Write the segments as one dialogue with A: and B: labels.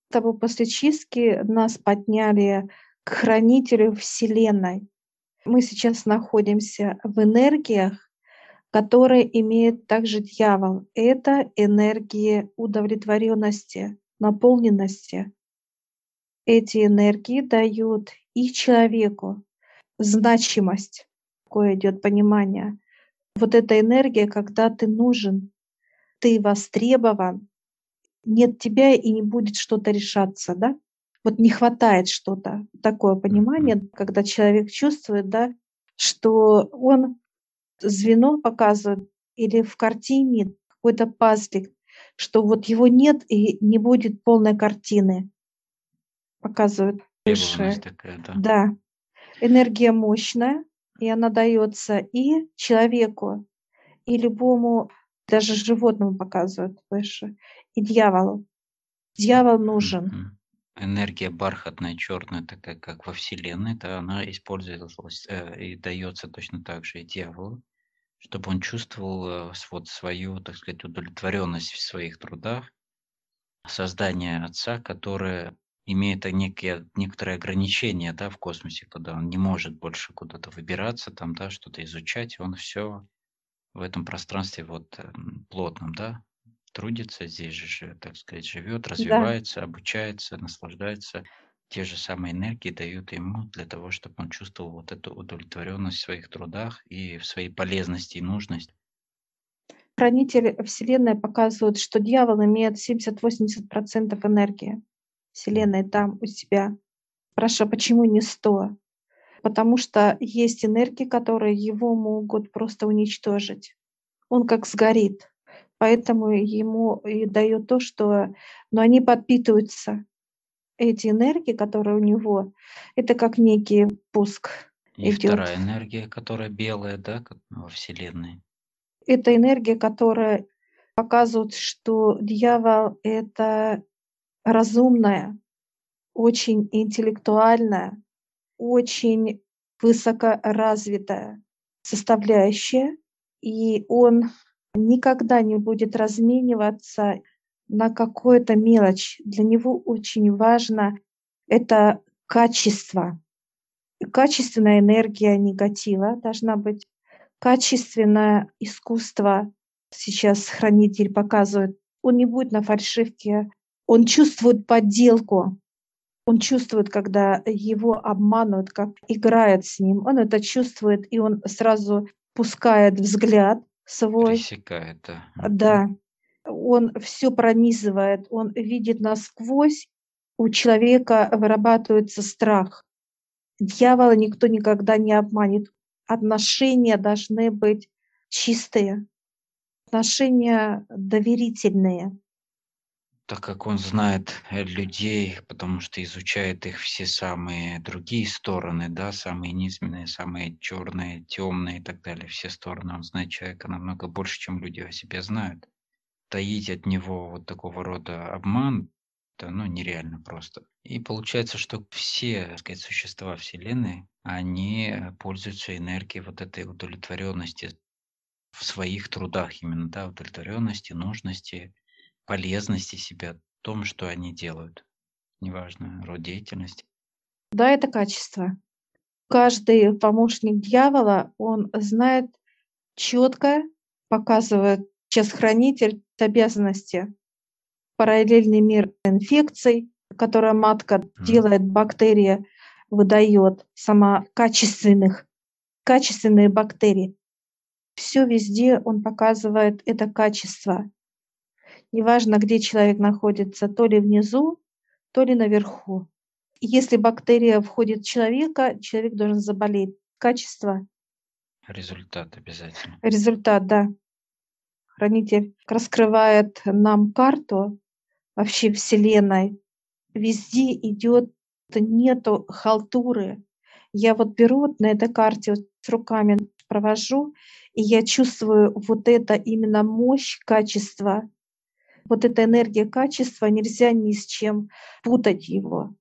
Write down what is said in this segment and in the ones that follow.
A: Того после чистки нас подняли к хранителю Вселенной. Мы сейчас находимся в энергиях, которые имеет также дьявол. Это энергии удовлетворенности, наполненности. Эти энергии дают и человеку значимость. Такое идет понимание. Вот эта энергия, когда ты нужен, ты востребован, нет тебя и не будет что-то решаться, да? Вот не хватает что-то. Такое
B: Мгм.
A: понимание, когда человек чувствует, да, что он звено показывает или в картине какой-то пазлик, что вот его нет и не будет полной картины. Показывает
B: Требованность
A: высшее.
B: такая, да.
A: Да, энергия мощная, и она дается и человеку, и любому, даже животному показывают выше, и дьяволу. Дьявол нужен.
B: Мгм. Энергия бархатная, черная, такая, как во Вселенной, да, она использовалась и дается точно так же и дьяволу, чтобы он чувствовал вот свою, так сказать, удовлетворенность в своих трудах, создание Отца, которое имеет некоторые ограничения, да, в космосе, когда он не может больше куда-то выбираться, там, да, что-то изучать, он все в этом пространстве вот плотном, да, трудится здесь же, так сказать, живет,
A: Да.
B: развивается, обучается, наслаждается. Те же самые энергии дают ему для того, чтобы он чувствовал вот эту удовлетворенность в своих трудах и в своей полезности и нужности.
A: Хранитель Вселенной показывает, что дьявол имеет 70-80% энергии Вселенной там у себя. Спрашиваю, почему не 100? Потому что есть энергии, которые его могут просто уничтожить. Он как сгорит. Поэтому ему и дает то, что но они подпитываются. Эти энергии, которые у него, это как некий пуск
B: И
A: идет.
B: вторая энергия, которая белая, да, как во Вселенной.
A: Это энергия, которая показывает, что дьявол — это разумная, очень интеллектуальная, очень высокоразвитая составляющая, и он никогда не будет размениваться на какую-то мелочь. Для него очень важно это качество. Качественная энергия негатива должна быть, качественное искусство. Сейчас хранитель показывает. Он не будет на фальшивке, он чувствует подделку. Он чувствует, когда его обманывают, как играют с ним. Он это чувствует, и он сразу пускает взгляд свой.
B: Пресекает, да. Мгм.
A: Да, он все пронизывает, он видит насквозь. У человека вырабатывается страх. Дьявола никто никогда не обманет. Отношения должны быть чистые, отношения доверительные.
B: Так как он знает людей, потому что изучает их все самые другие стороны, да, самые низменные, самые черные, темные и так далее, все стороны, он знает человека намного больше, чем люди о себе знают. Таить от него вот такого рода обман, это, ну, нереально просто. И получается, что все, так сказать, существа Вселенной, они пользуются энергией вот этой удовлетворенности в своих трудах именно, да, удовлетворенности, нужности, полезности себя в том, что они делают. Неважно, род деятельности.
A: Да, это качество. Каждый помощник дьявола, он знает четко, показывает сейчас хранитель обязанности. Параллельный мир инфекций, которые матка
B: М.
A: делает, бактерия выдает сама качественные бактерии. Все везде он показывает это качество. Неважно, где человек находится, то ли внизу, то ли наверху. И если бактерия входит в человека, человек должен заболеть. Качество,
B: Результат обязательно.
A: результат, да. Хранитель раскрывает нам карту вообще Вселенной. Везде идет, нету халтуры. Я вот беру вот на этой карте, вот с руками провожу, и я чувствую вот это именно мощь, качество. Вот эта энергия качества, нельзя ни с чем путать его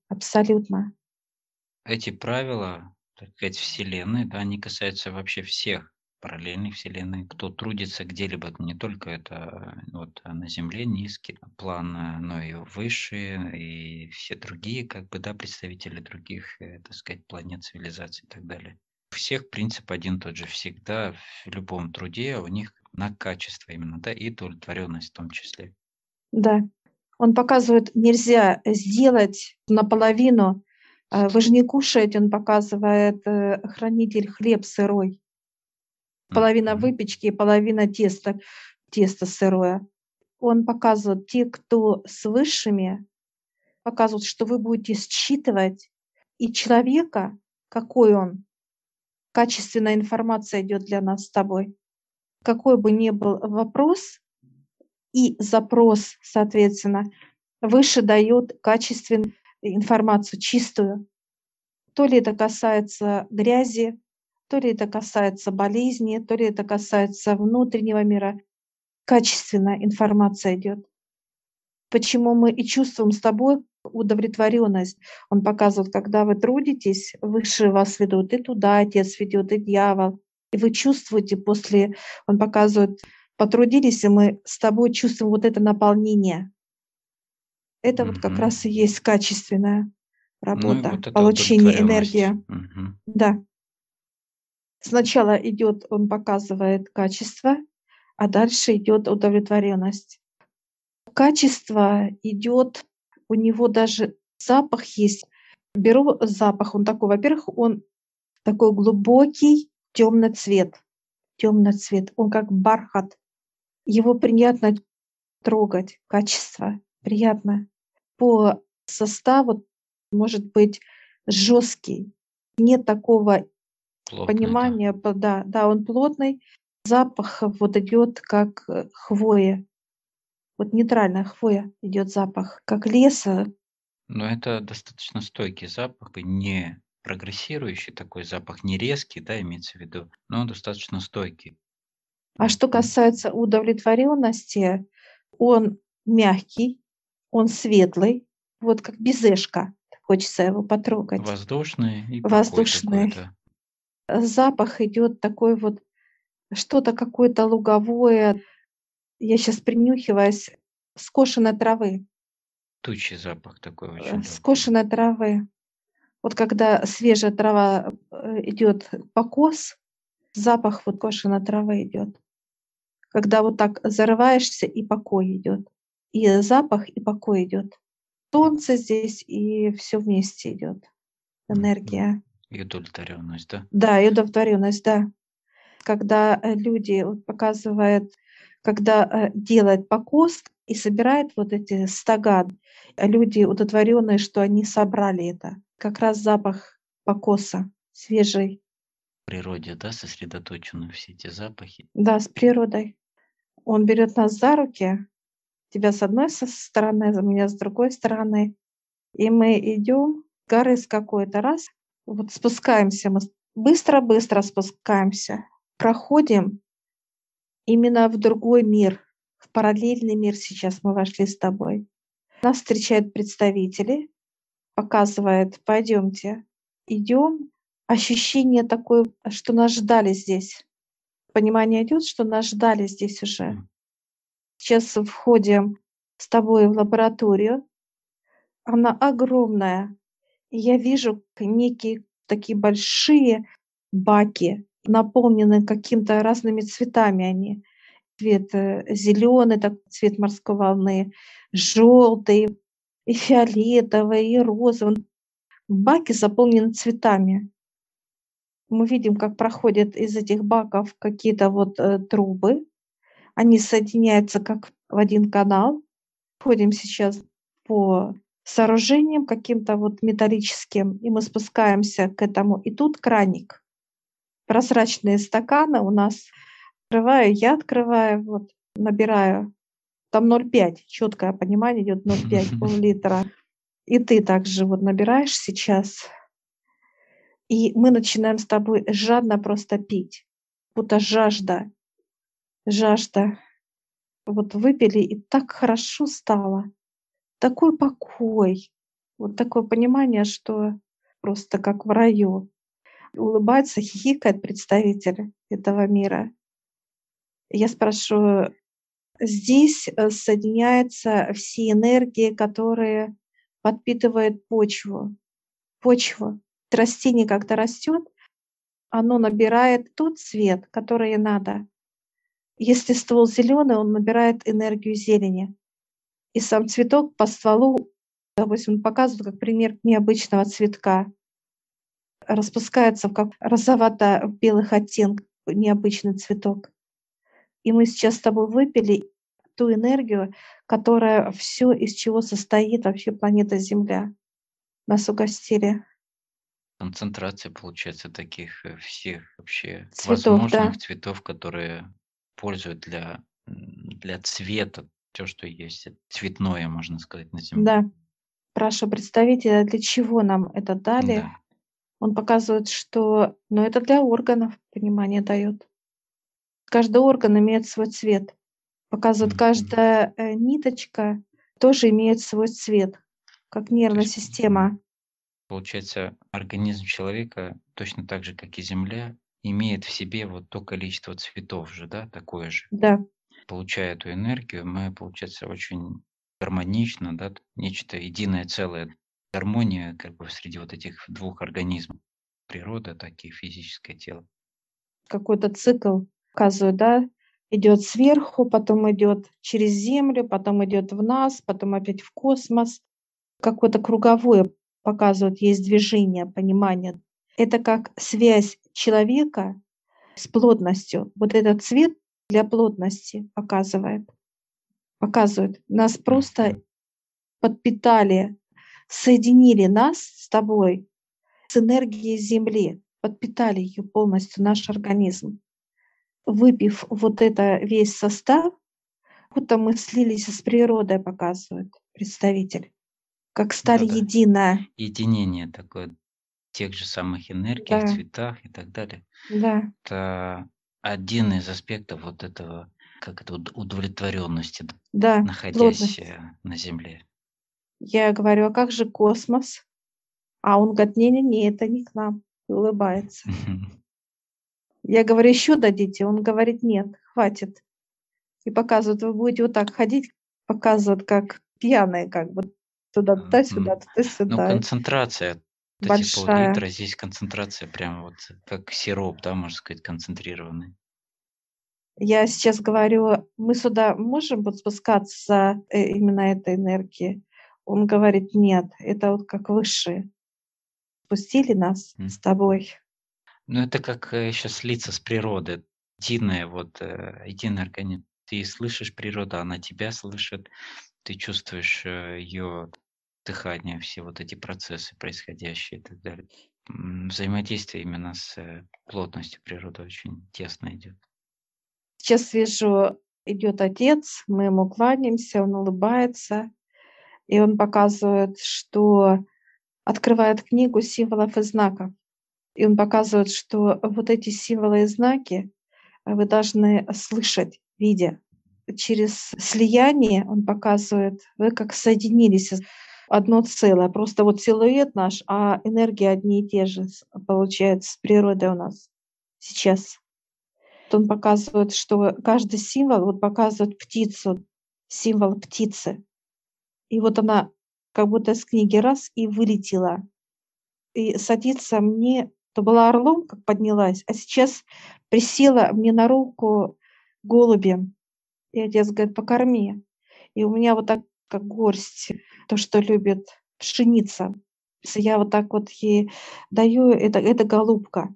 A: абсолютно.
B: Эти правила, так сказать, Вселенной, да, они касаются вообще всех. параллельной вселенной, кто трудится где-либо, не только это вот на Земле низкий план, но и высшие, и все другие, как бы, да, представители других, так сказать, планет, цивилизаций и так далее. У всех принцип один и тот же. Всегда в любом труде у них на качество именно, да, и удовлетворенность в том числе.
A: Да. Он показывает, нельзя сделать наполовину. Вы же не кушаете, он показывает, хранитель, хлеб сырой. Половина
B: Мгм.
A: выпечки и половина теста, тесто сырое. Он показывает, те, кто с высшими, показывают, что вы будете считывать и человека, какой он. Качественная информация идет для нас с тобой. Какой бы ни был вопрос и запрос, соответственно, выше дает качественную информацию, чистую. То ли это касается грязи, то ли это касается болезни, то ли это касается внутреннего мира. Качественная информация идет. Почему мы и чувствуем с тобой удовлетворенность. Он показывает, когда вы трудитесь, выше вас ведут, и туда Отец ведет, и дьявол. И вы чувствуете после, он показывает, потрудились, и мы с тобой чувствуем вот это наполнение. Это вот как
B: Мгм.
A: раз и есть качественная
B: Ну и
A: работа,
B: вот эта
A: получение
B: удовлетворенность.
A: энергии.
B: Мгм.
A: Да. Сначала идет, он показывает качество, а дальше идет удовлетворенность. Качество идет, у него даже запах есть. Беру запах, он такой, во-первых, он такой глубокий темный цвет, темный цвет, он как бархат. Его приятно трогать, качество приятно. По составу может быть жесткий, нет такого
B: Плотный, да.
A: понимания, да, да, он плотный, запах вот идет как хвоя, вот нейтральная хвоя идет запах, как леса.
B: Но это достаточно стойкий запах, и не прогрессирующий такой запах, не резкий, да, имеется в виду, но он достаточно стойкий.
A: А что
B: Мгм.
A: касается удовлетворенности, он мягкий, он светлый, вот как безешка. Хочется его потрогать.
B: Воздушный и покой такой,
A: Воздушный.
B: да.
A: Запах идет такой вот, что-то какое-то луговое. Я сейчас принюхиваюсь, скошенной травы.
B: Тучий запах такой очень легкий.
A: Скошенной травы. Вот когда свежая трава идет покос, запах вот скошенной травы идет. Когда вот так зарываешься, и покой идет. И запах, и покой идет. Солнце здесь, и все вместе идет.
B: Мгм.
A: Энергия.
B: И удовлетворенность, да?
A: Да, и удовлетворенность, да. Когда люди вот показывают, когда делает покос и собирает вот эти стога, люди удовлетворенные, что они собрали это. Как раз запах покоса свежий,
B: В природе, да, сосредоточены все эти запахи.
A: да, с природой. Он берет нас за руки, тебя с одной стороны, за меня с другой стороны, и мы идем, горы с какой-то раз, вот спускаемся мы, быстро-быстро спускаемся, проходим именно в другой мир, в параллельный мир сейчас мы вошли с тобой. Нас встречают представители, показывает, пойдемте, идем. Ощущение такое, что нас ждали здесь. Понимание идет, что нас ждали здесь уже.
B: М.
A: Сейчас входим с тобой в лабораторию. Она огромная. И я вижу некие такие большие баки, наполнены каким-то разными цветами они. Цвет зеленый, так цвет морской волны, желтый, и фиолетовый, и розовый. Баки заполнены цветами. Мы видим, как проходят из этих баков какие-то вот трубы. Они соединяются как в один канал. Ходим сейчас по сооружениям каким-то вот металлическим, и мы спускаемся к этому. И тут краник. Прозрачные стаканы у нас. Открываю, я открываю, вот набираю. Там 0,5, четкое понимание идет 0,5, пол-литра. И ты также вот набираешь сейчас, и мы начинаем с тобой жадно просто пить. Будто жажда, жажда. Вот выпили, и так хорошо стало. Такой покой. Вот такое понимание, что просто как в раю. улыбается, хихикает представитель этого мира. Я спрашиваю, здесь соединяются все энергии, которые подпитывают почву. Почву. Растение как-то растет, оно набирает тот цвет, который надо. Если ствол зеленый, он набирает энергию зелени. И сам цветок по стволу, допустим, показывает как пример необычного цветка. Распускается в как розовато-белых оттенках необычный цветок. И мы сейчас с тобой выпили ту энергию, которая все, из чего состоит вообще планета Земля. Нас угостили.
B: Концентрация, получается, таких всех вообще
A: Цветов, да.
B: возможных цветов, которые пользуют для цвета, все, что есть. Цветное, можно сказать, на Земле.
A: Да. Прошу представителя, для чего нам это дали.
B: Да.
A: Он показывает, что это для органов, понимание дает. Каждый орган имеет свой цвет. Показывает,
B: Мгм.
A: каждая ниточка тоже имеет свой цвет, как
B: То
A: нервная
B: есть,
A: система.
B: получается, организм человека, точно так же, как и Земля, имеет в себе вот то количество цветов же, да, такое же.
A: Да,
B: Получая эту энергию, мы, получается, очень гармонично, да, нечто единое целое, гармония как бы среди вот этих двух организмов. Природа, так и физическое тело.
A: какой-то цикл показывает, да, идет сверху, потом идет через Землю, потом идет в нас, потом опять в космос. Какое-то круговое показывает, есть движение, понимание. Это как связь человека с плотностью. Вот этот цвет для плотности показывает. Нас просто
B: Мгм.
A: подпитали, соединили нас с тобой с энергией Земли, подпитали ее полностью, наш организм. Выпив вот это весь состав, будто мы слились с природой, показывает представитель, как стали
B: Да-да.
A: единое.
B: Единение такое тех же самых энергиях,
A: Да,
B: цветах и так далее.
A: да,
B: Это один из аспектов вот этого, как это, удовлетворенности,
A: да,
B: находясь
A: плотность.
B: на Земле.
A: Я говорю: «А как же космос?» А он говорит: «Не-не-не, это не к нам». И улыбается. Я говорю: «Еще дадите?» Он говорит: «Нет, хватит». И показывает: «Вы будете вот так ходить», показывает, как пьяные, как бы туда-сюда,
B: Мгм. Ну,
A: туда-сюда.
B: концентрация, вот эти
A: Большая.
B: пол-литра, здесь концентрация прям вот как сироп, да, можно сказать, концентрированный.
A: Я сейчас говорю: «Мы сюда можем вот спускаться, именно этой энергии?» Он говорит: «Нет, это вот как высшие спустили нас
B: М.
A: с тобой».
B: Ну, это как сейчас слиться с природой. Единое, вот, единый организм. Ты слышишь природу, она тебя слышит, ты чувствуешь ее дыхание, все вот эти процессы происходящие и так далее. Взаимодействие именно с плотностью природы очень тесно идет.
A: Сейчас вижу, идет отец, мы ему кланяемся, он улыбается, и он показывает, что открывает книгу символов и знаков. И он показывает, что вот эти символы и знаки вы должны слышать, видя. Через слияние он показывает, вы как соединились одно целое. Просто вот силуэт наш, а энергии одни и те же получается с природой у нас сейчас. Он показывает, что каждый символ вот показывает птицу, символ птицы. И вот она как будто с книги раз и вылетела. И садится мне, то была орлом, как поднялась, а сейчас присела мне на руку голубем. И отец говорит: «Покорми». И у меня вот так, как горсть, то, что любит пшеница. Я вот так вот ей даю, это голубка.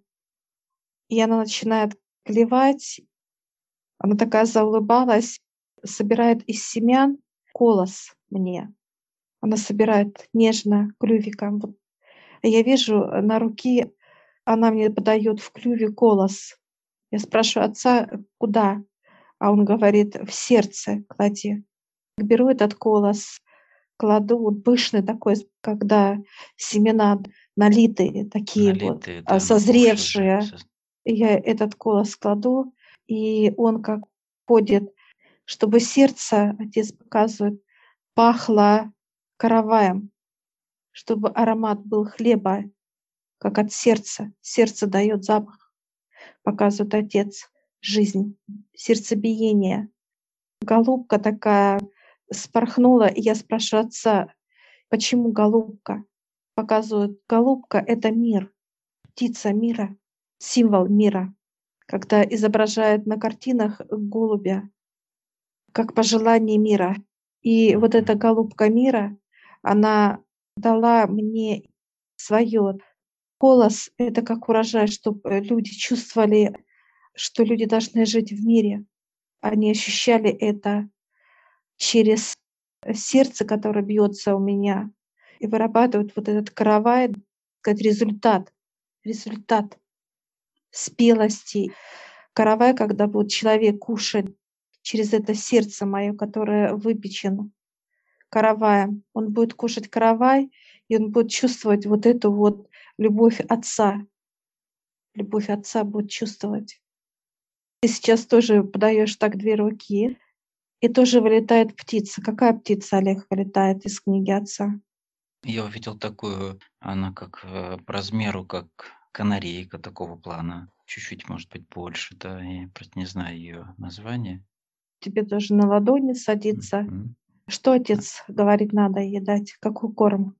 A: И она начинает клевать. Она такая заулыбалась, собирает из семян колос мне. Она собирает нежно клювиком. Вот. И я вижу на руке, она мне подает в клюве колос. Я спрашиваю отца: «Куда?» А он говорит: «В сердце клади». Беру этот колос, кладу, вот пышный такой, когда семена налитые, такие вот,
B: Налитые, да, набухшие уже.
A: созревшие. И я этот колос кладу, и он как ходит, чтобы сердце, отец показывает, пахло караваем, чтобы аромат был хлеба, как от сердца. Сердце дает запах, показывает Отец, жизнь, сердцебиение. Голубка такая спорхнула, и я спрашиваю Отца, почему голубка? Показывают, голубка — это мир, птица мира, символ мира. Когда изображают на картинах голубя, как пожелание мира. И вот эта голубка мира, она дала мне свое. Голос — это как урожай, чтобы люди чувствовали, что люди должны жить в мире. Они ощущали это через сердце, которое бьется у меня, и вырабатывают вот этот каравай, как результат спелости. Каравай, когда будет человек кушать через это сердце мое, которое выпечено караваем, он будет кушать каравай, и он будет чувствовать вот эту вот любовь Отца. Любовь Отца будет чувствовать. Ты сейчас тоже подаешь так 2 руки, и тоже вылетает птица. Какая птица, Олег, вылетает из книги Отца?
B: Я увидел такую, она как по размеру, как канарейка такого плана. Чуть-чуть, может быть, больше, да. Я просто не знаю ее название.
A: Тебе тоже на ладони садится.
B: Мгм.
A: Что Отец говорит, надо ей дать? Какой корм?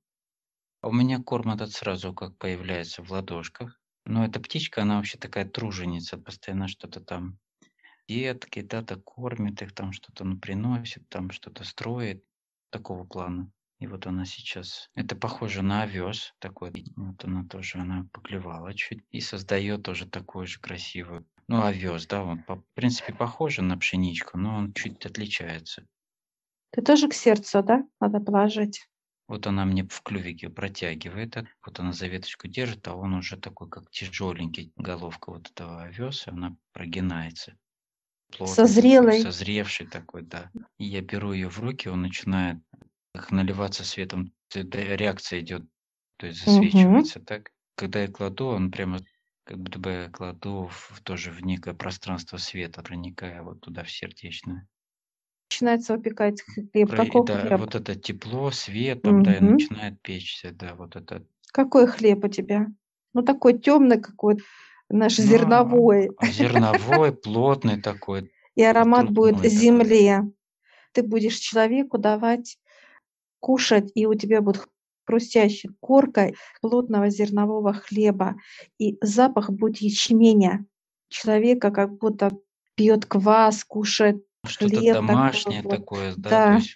B: А у меня корм этот сразу как появляется в ладошках. Но эта птичка, она вообще такая труженица, постоянно что-то там детки, да-то кормит их, там что-то приносит, там что-то строит, такого плана. И вот она сейчас, это похоже на овес такой, вот она тоже, она поклевала чуть и создает тоже такую же красивую, ну овес, да, он в принципе похоже на пшеничку, но он чуть отличается.
A: Ты тоже к сердцу, да, надо положить?
B: Вот она мне в клювике протягивает, вот она за веточку держит, а он уже такой, как тяжеленький, головка вот этого овеса, она прогинается. Плотный такой,
A: Созрелый.
B: созревший такой, да. И я беру ее в руки, он начинает как наливаться светом, реакция идет, то есть
A: Мгм.
B: засвечивается так. Когда я кладу, он прямо как будто бы я кладу тоже в некое пространство света, проникая вот туда, в сердечное.
A: Начинается выпекать хлеб.
B: И
A: Какой
B: да,
A: хлеб?
B: вот это тепло, свет там, да, и
A: Мгм.
B: начинает печься, да, вот это.
A: Какой хлеб у тебя? Ну, такой темный какой, наш
B: Ну,
A: зерновой.
B: зерновой, плотный такой,
A: И аромат будет
B: трутной такой.
A: земле. Ты будешь человеку давать кушать, и у тебя будет хрустящей коркой плотного зернового хлеба, и запах будет ячменя. Человека как будто пьет квас, кушает
B: Что-то
A: хлеб такой
B: домашнее
A: вот.
B: такое, да, то
A: Да,
B: есть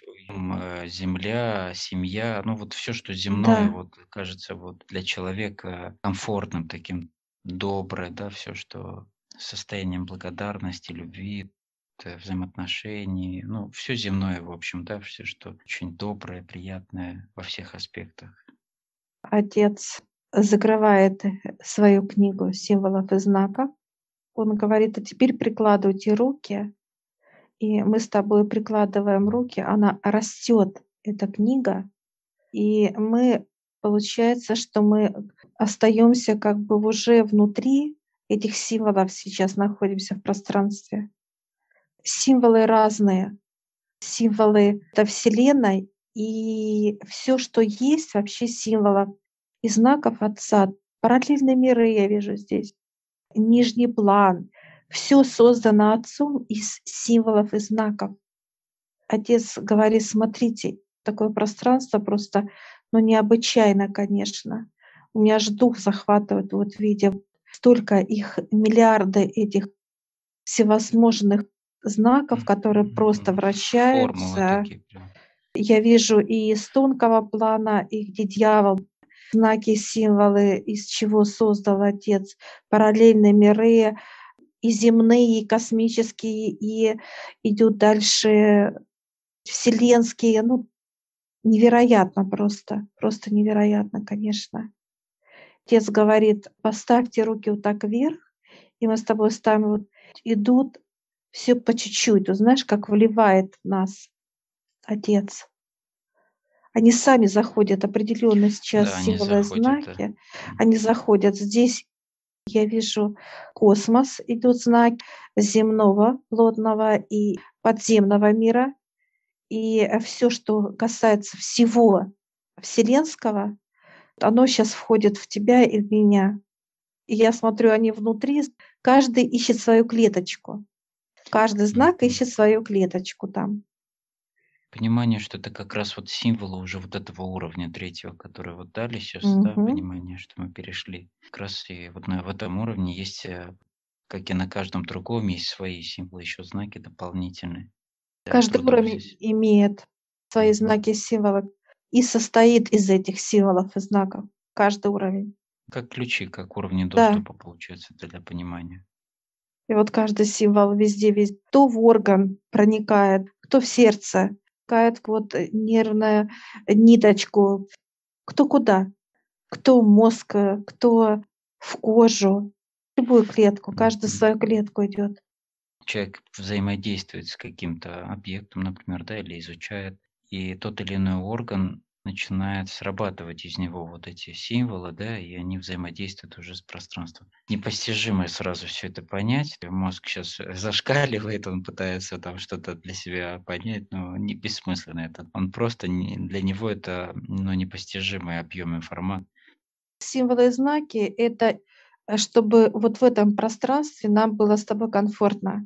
B: земля, семья, ну вот все, что земное,
A: да.
B: вот кажется вот для человека комфортным таким, доброе, да, все, что с состоянием благодарности, любви, взаимоотношений, ну все земное, в общем, да, все, что очень доброе, приятное во всех аспектах.
A: Отец закрывает свою книгу символов и знаков. Он говорит: а теперь прикладывайте руки. И мы с тобой прикладываем руки, она растет, эта книга, и мы, получается, что мы остаемся как бы уже внутри этих символов, сейчас находимся в пространстве. Символы разные, символы это Вселенной, и все, что есть вообще символов и знаков Отца. Параллельные миры я вижу здесь, нижний план. Все создано Отцом из символов и знаков. Отец говорит: смотрите, такое пространство просто, ну, необычайно, конечно. У меня аж дух захватывает, вот видя столько их, миллиарды этих всевозможных знаков, которые просто
B: Формулы
A: вращаются.
B: такие прям.
A: Я вижу и из тонкого плана, и где дьявол, знаки, символы, из чего создал Отец, параллельные миры, и земные, и космические, и идут дальше вселенские, ну, невероятно просто невероятно, конечно. Отец говорит: поставьте руки вот так вверх, и мы с тобой ставим, вот идут все по чуть-чуть. Вот знаешь, как вливает в нас Отец. Они сами заходят, определенно сейчас
B: Да, они
A: символы и
B: заходят, да.
A: знаки, они заходят. Здесь я вижу космос, идут знаки земного, плотного и подземного мира. И все, что касается всего вселенского, Оно сейчас входит в тебя и в меня. И я смотрю, они внутри, каждый ищет свою клеточку. Каждый знак
B: Мгм.
A: ищет свою клеточку там.
B: Понимание, что это как раз вот символы уже вот этого уровня третьего, который вот дали сейчас, да,
A: Мгм.
B: понимание, что мы перешли. Как раз и вот в этом уровне есть, как и на каждом другом, есть свои символы, еще знаки дополнительные.
A: Каждый
B: Трудов
A: уровень
B: здесь.
A: имеет свои
B: Мгм.
A: знаки и символы и состоит из этих символов и знаков. Каждый уровень.
B: Как ключи, как уровни
A: Да.
B: доступа, получается, для понимания.
A: И вот каждый символ везде, кто в орган проникает, кто в сердце, проникает вот нервную ниточку, кто куда, кто в мозг, кто в кожу, любую клетку, каждый в
B: Мгм.
A: свою клетку идет.
B: Человек взаимодействует с каким-то объектом, например, да, или изучает, и тот или иной орган начинает срабатывать из него вот эти символы, да, и они взаимодействуют уже с пространством. Непостижимо сразу все это понять. Мозг сейчас зашкаливает, он пытается там что-то для себя понять, но не бессмысленно это. Он просто для него это непостижимый объем информации.
A: Символы и знаки — это чтобы вот в этом пространстве нам было с тобой комфортно,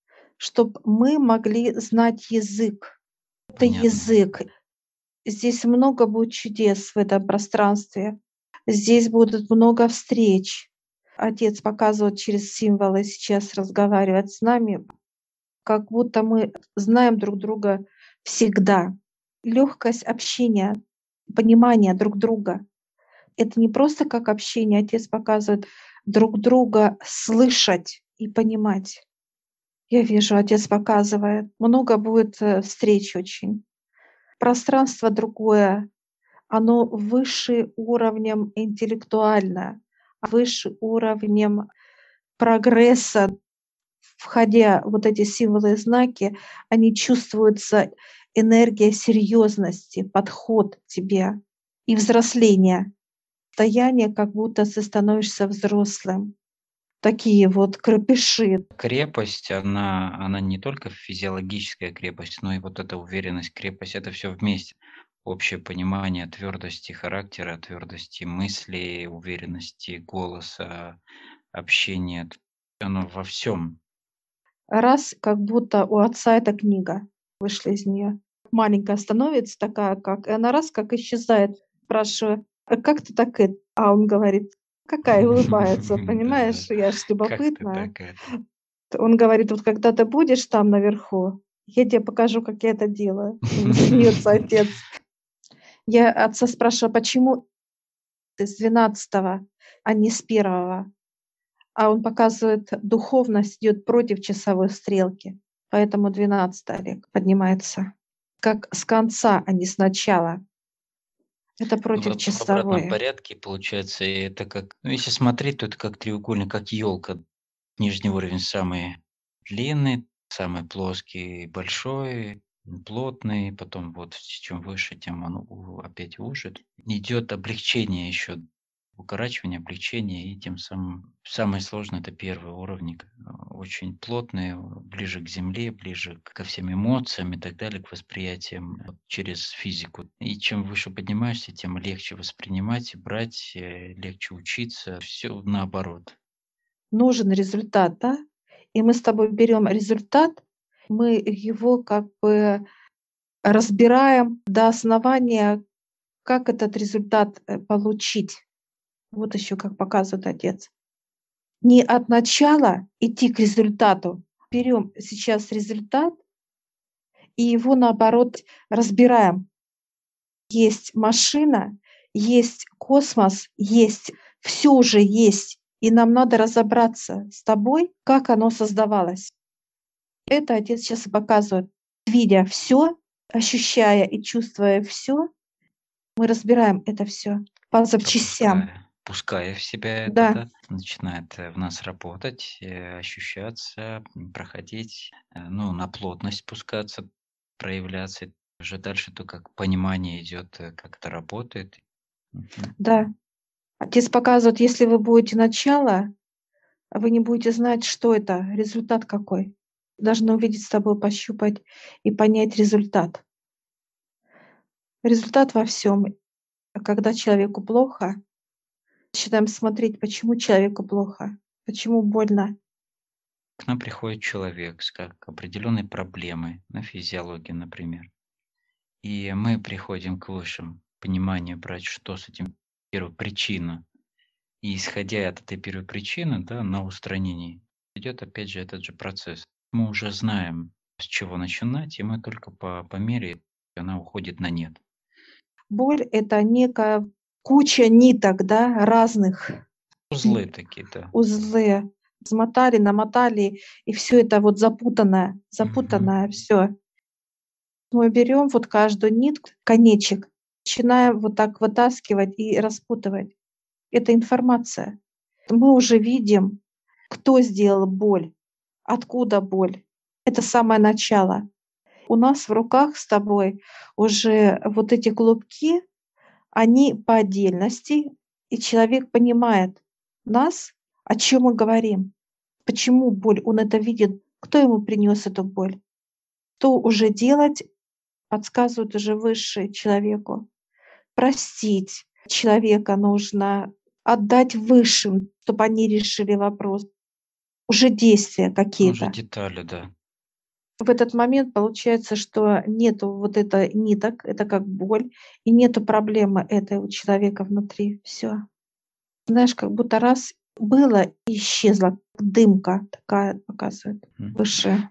A: чтобы мы могли знать язык. Это
B: Понятно.
A: язык. Здесь много будет чудес в этом пространстве. Здесь будет много встреч. Отец показывает через символы, сейчас разговаривает с нами, как будто мы знаем друг друга всегда. Легкость общения, понимание друг друга. Это не просто как общение, отец показывает друг друга слышать и понимать. Я вижу, отец показывает. Много будет встреч очень. Пространство другое, оно выше уровнем интеллектуально, выше уровнем прогресса. Входя вот эти символы и знаки, они чувствуются энергия серьезности, подход к тебе и взросление. Состояние, как будто ты становишься взрослым. Такие вот крепыши.
B: Крепость, она не только физиологическая крепость, но и вот эта уверенность, крепость — это все вместе. Общее понимание твердости характера, твердости мыслей, уверенности голоса, общения. Оно во всем.
A: Раз, как будто у отца эта книга вышла из нее. Маленькая становится такая, как и она раз, как исчезает. Спрашиваю: «А как ты так это?» А он говорит: «Какая?» И улыбается,
B: Да-да.
A: понимаешь? Я ж
B: Как ты
A: любопытная.
B: так это?
A: Он говорит: «Вот когда ты будешь там наверху, я тебе покажу, как я это делаю». Смеется отец. Я отца спрашиваю: «Почему ты с 12, а не с 1?» А он показывает, духовность идет против часовой стрелки, поэтому 12 век поднимается. Как с конца, а не с начала. Это против
B: В обратном
A: часовой.
B: порядке получается, и это как, ну, если смотреть, то это как треугольник, как елка. Нижний уровень самый длинный, самый плоский, большой, плотный. Потом вот чем выше, тем он опять уже. Идет облегчение еще, укорачивание, облегчение, и тем самым самое сложное — это первый уровник, очень плотный, ближе к земле, ближе ко всем эмоциям и так далее, к восприятиям вот через физику. И чем выше поднимаешься, тем легче воспринимать и брать, легче учиться. Все наоборот.
A: Нужен результат, да? И мы с тобой берем результат, мы его как бы разбираем до основания, как этот результат получить. Вот еще как показывает отец. Не от начала идти к результату. Берем сейчас результат и его, наоборот, разбираем. Есть машина, есть космос, есть все уже есть, и нам надо разобраться с тобой, как оно создавалось. Это отец сейчас и показывает. Видя все, ощущая и чувствуя все, мы разбираем это все по запчастям.
B: Пуская в себя это,
A: Да,
B: да, начинает в нас работать, ощущаться, проходить, ну, на плотность спускаться, проявляться. Уже дальше то, как понимание идет, как это работает. Мгм.
A: да. Отец показывает, если вы будете начало, вы не будете знать, что это, результат какой. Должны увидеть с тобой, пощупать и понять результат. Результат во всем. Когда человеку плохо, начинаем смотреть, почему человеку плохо, почему больно.
B: К нам приходит человек с как определенной проблемой на физиологии, например. И мы приходим к высшему пониманию, брать, что с этим первопричина. И исходя от этой первопричины, да, на устранении, идет опять же этот же процесс. Мы уже знаем, с чего начинать, и мы только по мере она уходит на нет.
A: Боль — это некая куча ниток, да, разных,
B: Узлы такие, да.
A: узлы. Смотали, намотали, и все это вот запутанное,
B: Мгм.
A: все. Мы берем вот каждую нитку, конечек, начинаем вот так вытаскивать и распутывать. Это информация. Мы уже видим, кто сделал боль, откуда боль. Это самое начало. У нас в руках с тобой уже вот эти клубки, они по отдельности, и человек понимает нас, о чем мы говорим, почему боль, он это видит, кто ему принес эту боль, что уже делать, подсказывают уже высшие человеку. Простить человека нужно, отдать высшим, чтобы они решили вопрос. Уже действия
B: Уже
A: какие-то.
B: детали, да.
A: В этот момент получается, что нету вот это ниток, это как боль, и нету проблемы этой у человека внутри. Все. Знаешь, как будто раз было и исчезло, дымка такая показывает
B: Мгм.
A: выше.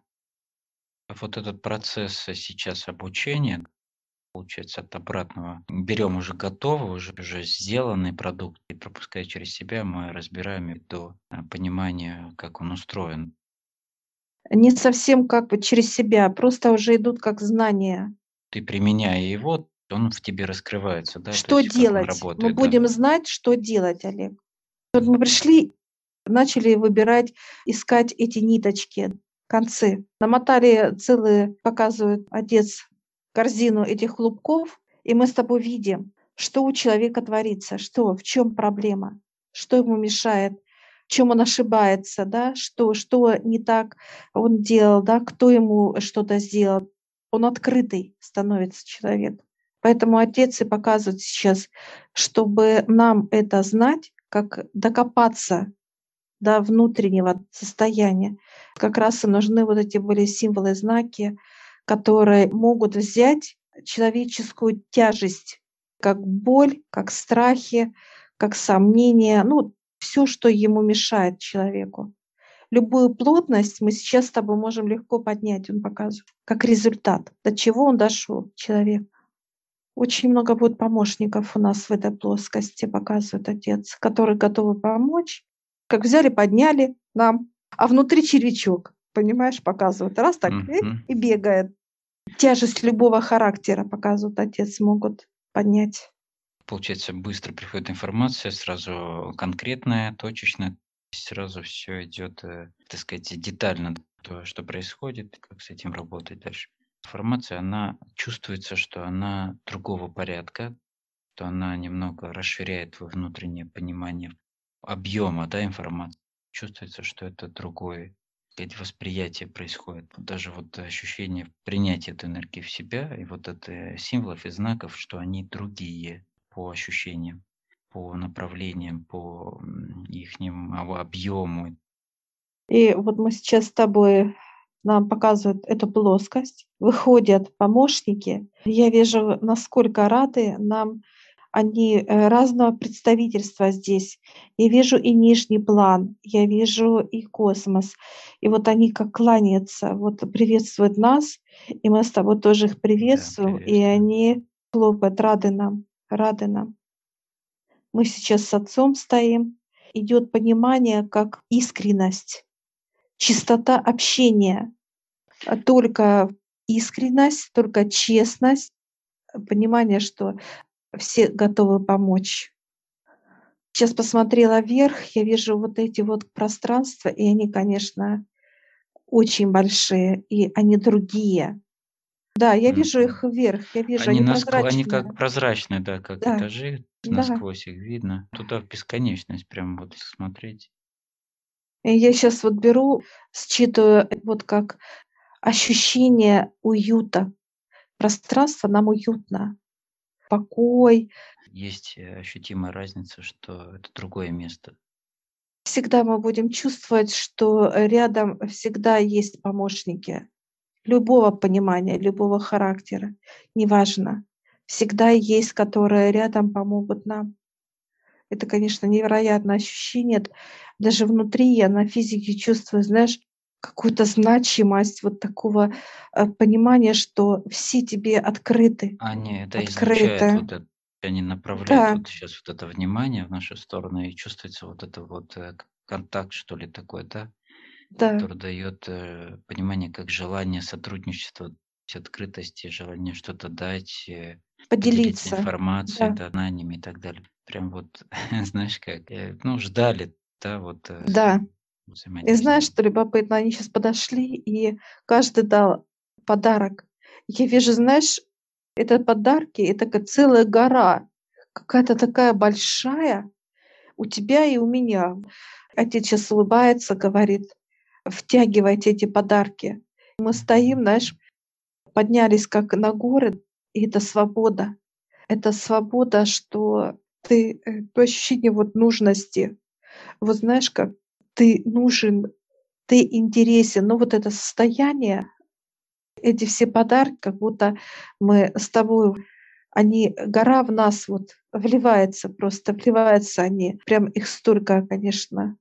B: Вот этот процесс сейчас обучения, получается, от обратного. Берем уже готовый, уже сделанный продукт и пропуская через себя, мы разбираем до понимания, как он устроен.
A: Не совсем как бы через себя, просто уже идут как знания.
B: Ты применяя его, он в тебе раскрывается, да, то
A: Что
B: есть как он
A: делать? Мы
B: работает, да.
A: будем знать, что делать, Олег. Вот мы пришли, начали выбирать, искать эти ниточки, концы. Намотали целые, показывает отец, корзину этих клубков, и мы с тобой видим, что у человека творится, что, в чем проблема, что ему мешает, в чем он ошибается, да, что не так он делал, да, кто ему что-то сделал. Он открытый становится человек. Поэтому отец и показывает сейчас, чтобы нам это знать, как докопаться до внутреннего состояния. Как раз и нужны вот эти были символы, знаки, которые могут взять человеческую тяжесть, как боль, как страхи, как сомнения, ну, все, что ему мешает человеку. Любую плотность мы сейчас с тобой можем легко поднять, он показывает, как результат, до чего он дошел, человек. Очень много будет помощников у нас в этой плоскости, показывает отец, которые готовы помочь. Как взяли, подняли нам, а внутри червячок, понимаешь, показывают. Раз так
B: Мгм.
A: и бегает. Тяжесть любого характера, показывают отец, могут поднять.
B: Получается, быстро приходит информация, сразу конкретная, точечная, сразу все идет, так сказать, детально, то, что происходит, как с этим работать дальше. Информация, она чувствуется, что она другого порядка, что она немного расширяет твое внутреннее понимание объема, да, информации. Чувствуется, что это другое сказать, восприятие происходит. Вот даже вот ощущение принятия этой энергии в себя и вот это символов и знаков, что они другие по ощущениям, по направлениям, по ихним объему.
A: И вот мы сейчас с тобой, нам показывают эту плоскость, выходят помощники. Я вижу, насколько рады нам они разного представительства здесь. Я вижу и нижний план, я вижу и космос. И вот они как кланяются, вот приветствуют нас, и мы с тобой тоже их
B: Да,
A: приветствуем, и
B: приветствую.
A: они хлопают, рады нам, рады нам. Мы сейчас с отцом стоим, идет понимание как искренность, чистота общения, только искренность, только честность, понимание, что все готовы помочь. Сейчас посмотрела вверх, я вижу вот эти вот пространства, и они, конечно, очень большие, и они другие. Да, я вижу их
B: Мгм.
A: вверх, я вижу,
B: Они,
A: они
B: они
A: прозрачные.
B: как прозрачные, да, как
A: Да,
B: этажи,
A: да.
B: насквозь их видно. Туда в бесконечность прям вот смотреть.
A: И я сейчас вот беру, считываю вот как ощущение уюта. Пространство нам уютно, покой.
B: есть ощутимая разница, что это другое место.
A: Всегда мы будем чувствовать, что рядом всегда есть помощники любого понимания, любого характера, неважно. Всегда есть, которые рядом помогут нам. Это, конечно, невероятное ощущение. Даже внутри я на физике чувствую, знаешь, какую-то значимость вот такого понимания, что все тебе открыты,
B: Они это излучают
A: открыты.
B: вот это, они направляют
A: Да,
B: вот сейчас вот это внимание в нашу сторону, и чувствуется вот это вот контакт, что ли, такой, да,
A: да,
B: который дает понимание, как желание сотрудничества, открытости, желание что-то дать, поделиться
A: поделиться.
B: информацией,
A: Да,
B: да, знаниями и так далее. Прям вот, знаешь, как, ну, ждали, да, вот
A: да. И знаешь,
B: взаимодействия.
A: что любопытно, они сейчас подошли, и каждый дал подарок. Я вижу, знаешь, это подарки, это как целая гора, какая-то такая большая у тебя и у меня. Отец щас улыбается, говорит: "Втягивайте эти подарки". Мы стоим, знаешь, поднялись как на горы, и это свобода. Это свобода, что ты, то ощущение вот нужности. Вот знаешь, как ты нужен, ты интересен. Но вот это состояние, эти все подарки, как будто мы с тобой, они, гора в нас вот вливается, просто вливаются они. Прям их столько, конечно.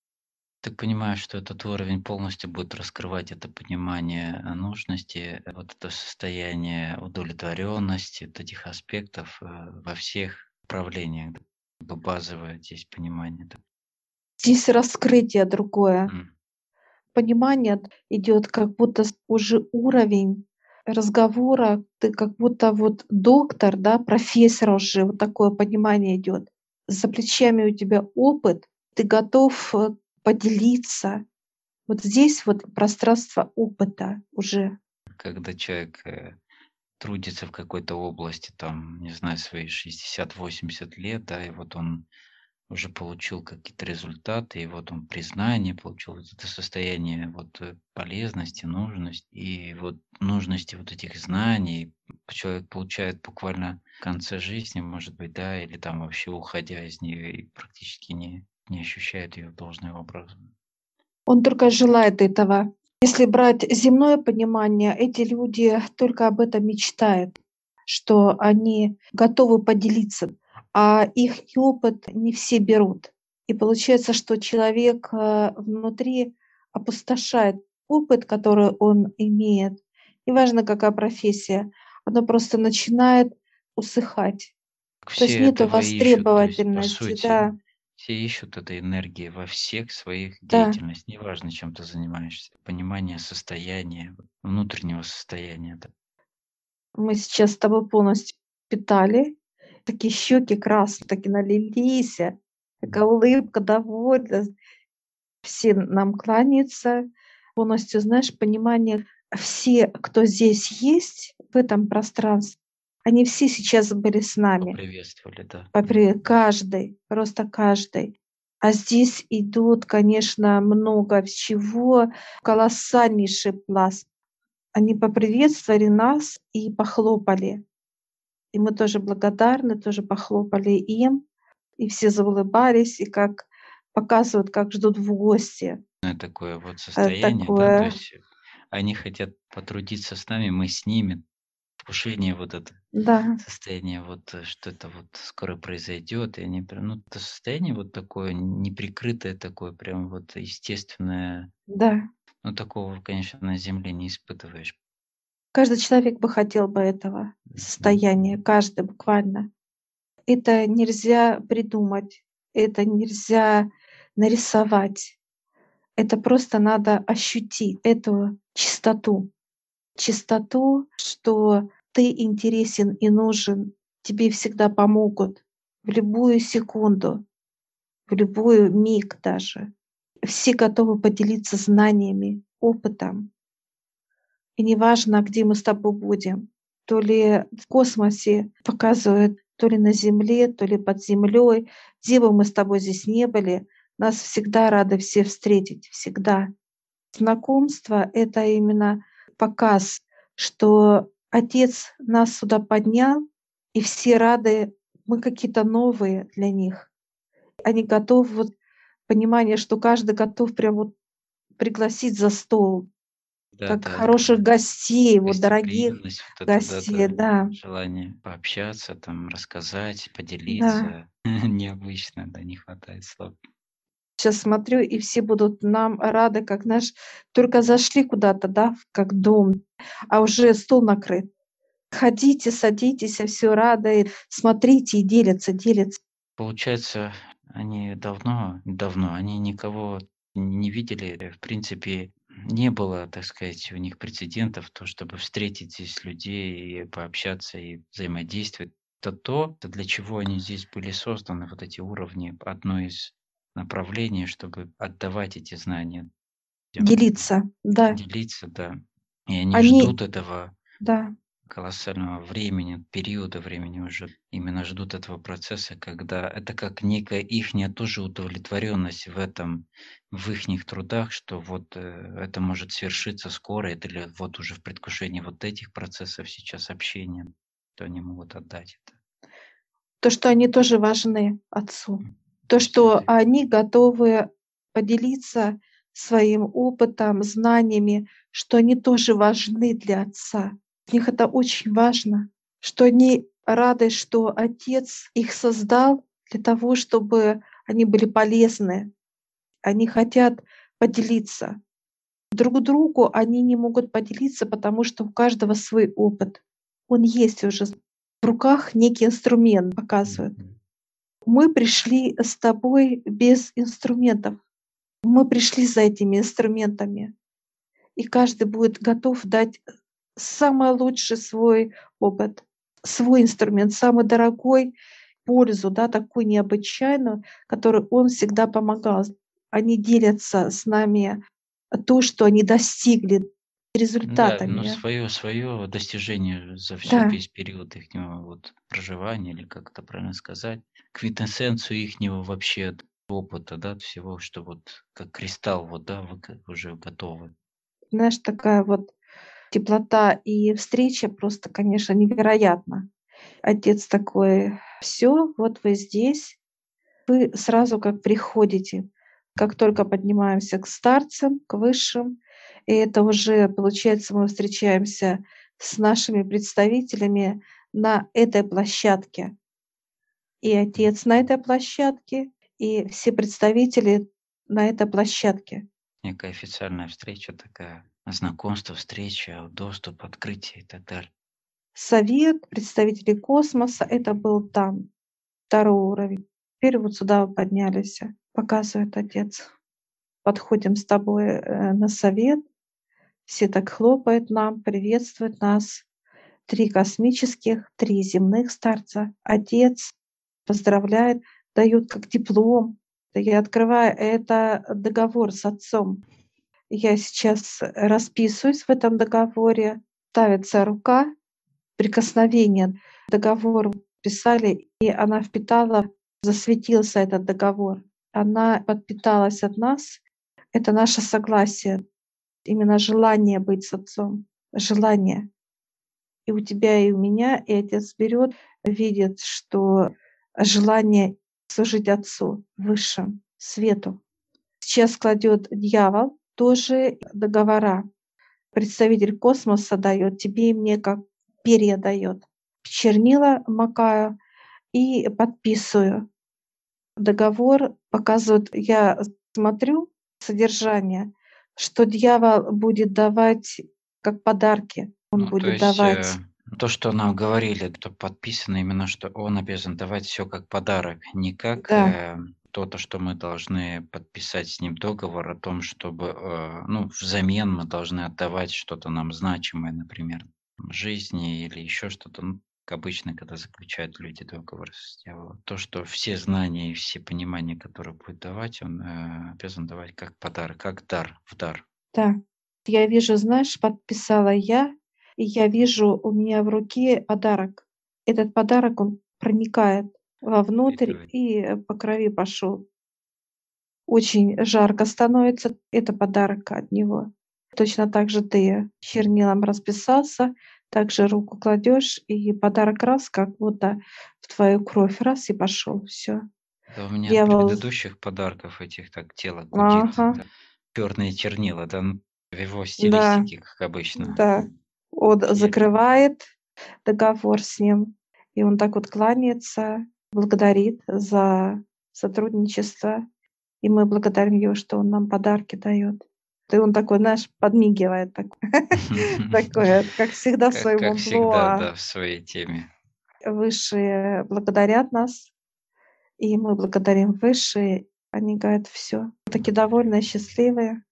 B: Ты понимаешь, что этот уровень полностью будет раскрывать это понимание нужности, вот это состояние удовлетворенности, вот этих аспектов во всех направлениях. Да. Как бы базовое здесь понимание. Да.
A: Здесь раскрытие другое.
B: М.
A: Понимание идет, как будто уже уровень разговора. Ты как будто вот доктор, да, профессор уже, вот такое понимание идет. За плечами у тебя опыт, ты готов поделиться. Вот здесь вот пространство опыта уже.
B: Когда человек трудится в какой-то области, там, не знаю, свои 60-80 лет, да, и вот он уже получил какие-то результаты, и вот он признание получил, вот это состояние вот полезности, нужности, и вот нужности вот этих знаний человек получает буквально в конце жизни, может быть, да, или там вообще уходя из нее и практически не ощущает ее должным образом.
A: Он только желает этого. Если брать земное понимание, эти люди только об этом мечтают, что они готовы поделиться, а их опыт не все берут. И получается, что человек внутри опустошает опыт, который он имеет. Неважно, какая профессия, оно просто начинает усыхать. То есть
B: Все
A: нет
B: этого и ищут, то есть, по
A: востребовательности,
B: сути,
A: да,
B: все ищут этой энергии во всех своих
A: да.
B: деятельностях, неважно, чем ты занимаешься. Понимание состояния, вот, внутреннего состояния. Да.
A: Мы сейчас с тобой полностью питали. Такие щеки красные, таки налились, такая улыбка, довольна. Все нам кланяются. Полностью, знаешь, понимание, все, кто здесь есть в этом пространстве, они все сейчас были с нами.
B: Поприветствовали, да.
A: Каждый, просто каждый. А здесь идут, конечно, много чего, колоссальнейший пласт. Они поприветствовали нас и похлопали. И мы тоже благодарны, тоже похлопали им, и все заулыбались, и как показывают, как ждут в гости.
B: Такое вот состояние, да, то
A: Такое,
B: есть они хотят потрудиться с нами, мы с ними. Вкушение вот это
A: да,
B: состояние, вот что это вот скоро произойдет, и они прям, ну, это состояние вот такое неприкрытое, такое прям вот естественное,
A: да.
B: ну, такого, конечно, на земле не испытываешь.
A: Каждый человек бы хотел бы этого
B: Мгм.
A: состояния, каждый буквально. Это нельзя придумать, это нельзя нарисовать. Это просто надо ощутить эту чистоту. Чистоту, что ты интересен и нужен, тебе всегда помогут в любую секунду, в любой миг даже. Все готовы поделиться знаниями, опытом. И неважно, где мы с тобой будем. То ли в космосе показывают, то ли на Земле, то ли под землей. Где бы мы с тобой здесь не были, нас всегда рады все встретить, всегда. Знакомство — это именно показ, что Отец нас сюда поднял, и все рады Мы какие-то новые для них. Они готовы, вот понимание, что каждый готов прям вот пригласить за стол, как хороших
B: Да-да-да.
A: гостей, вот дорогих
B: Гостеприимность, вот это
A: гостей,
B: да-да,
A: да,
B: желание пообщаться, там, рассказать,
A: да.
B: поделиться. Необычно, да, не хватает слов.
A: Сейчас смотрю, и все будут нам рады, как наш только зашли куда-то, да, как дом, а уже стол накрыт. Ходите, садитесь, а все рады, смотрите и делятся.
B: Получается, они давно они никого не видели. В принципе, не было, так сказать, у них прецедентов, то, чтобы встретить здесь людей и пообщаться и взаимодействовать. Это то, для чего они здесь были созданы, вот эти уровни, одно из направлений, чтобы отдавать эти знания людям,
A: Делиться, да.
B: делиться, да. И они
A: Они
B: ждут этого
A: да,
B: колоссального времени, периода времени уже именно ждут этого процесса, когда это как некая ихняя тоже удовлетворенность в этом, в ихних трудах, что вот это может свершиться скоро, это или вот уже в предвкушении вот этих процессов сейчас общения, то они могут отдать это.
A: то, что они тоже важны отцу.
B: То
A: То,
B: есть
A: что
B: это
A: они готовы поделиться своим опытом, знаниями, что они тоже важны для отца. Для них это очень важно, что они рады, что отец их создал для того, чтобы они были полезны. Они хотят поделиться. Друг другу они не могут поделиться, потому что у каждого свой опыт. Он есть уже в руках, некий инструмент показывает.
B: мгм.
A: Мы пришли с тобой без инструментов. Мы пришли за этими инструментами, и каждый будет готов дать самый лучший свой опыт, свой инструмент, самый дорогой, пользу, да, такую необычайную, которую он всегда помогал. Они делятся с нами то, что они достигли
B: Да, но
A: результатами.
B: свое достижение за все
A: Да,
B: весь период ихнего вот проживания, или как это правильно сказать, квинтэссенцию ихнего вообще опыта, да, всего, что вот как кристалл, вот, да, вы уже готовы.
A: знаешь, такая вот теплота и встреча просто, конечно, невероятна. Отец такой: все, вот вы здесь". Вы сразу как приходите, как только поднимаемся к старцам, к высшим, и это уже, получается, мы встречаемся с нашими представителями на этой площадке. И отец на этой площадке, и все представители на этой площадке.
B: Некая официальная встреча такая, знакомство, встреча, доступ, открытие и так далее.
A: Совет представителей космоса — это был там, второй уровень. Теперь вот сюда поднялись, показывает отец. Подходим с тобой, на совет. Все так хлопают нам, приветствуют нас. 3 космических, 3 земных старца. Отец поздравляет, дают как диплом. Да я открываю, это договор с отцом. Я сейчас расписываюсь в этом договоре. Ставится рука, прикосновение. Договор писали, и она впитала, засветился этот договор. Она подпиталась от нас. Это наше согласие, именно желание быть с отцом. Желание. И у тебя, и у меня, и отец берет, видит, что желание служить отцу, высшему, свету. Сейчас кладет дьявол тоже договора. Представитель космоса дает тебе и мне, как перья дает. Чернила макаю и подписываю. Договор показывает, я смотрю содержание, что дьявол будет давать как подарки. Он
B: Ну, то
A: будет
B: есть
A: давать.
B: то, что нам говорили, то подписано именно, что он обязан давать все как подарок, не как
A: Да,
B: то, что мы должны подписать с ним договор о том, чтобы, ну, взамен мы должны отдавать что-то нам значимое, например, жизни или еще что-то. Ну, как обычно, когда заключают люди договор с дьяволом. То, что все знания и все понимания, которые будет давать, он обязан давать как подарок, как дар, в дар.
A: да. Я вижу, знаешь, подписала я, и я вижу у меня в руке подарок. Этот подарок, он проникает вовнутрь
B: Впитывать.
A: и по крови пошел. Очень жарко становится. Это подарок от него. Точно так же ты чернилом расписался, Также руку кладешь, и подарок раз, как будто в твою кровь раз и пошел. Все.
B: Да, у меня от
A: Дьявол,
B: предыдущих подарков этих так тело гудит.
A: ага,
B: Черные чернила, да, в его
A: да,
B: стилистике, как обычно.
A: да. Он
B: Я-
A: закрывает договор с ним, и он так вот кланяется, благодарит за сотрудничество, и мы благодарим его, что он нам подарки дает. И он такой, знаешь, подмигивает, такое, как всегда в своем
B: Как всегда,
A: амплуа.
B: да, в своей теме.
A: Высшие благодарят нас, и мы благодарим высшие. Они говорят, все, таки довольны, счастливые.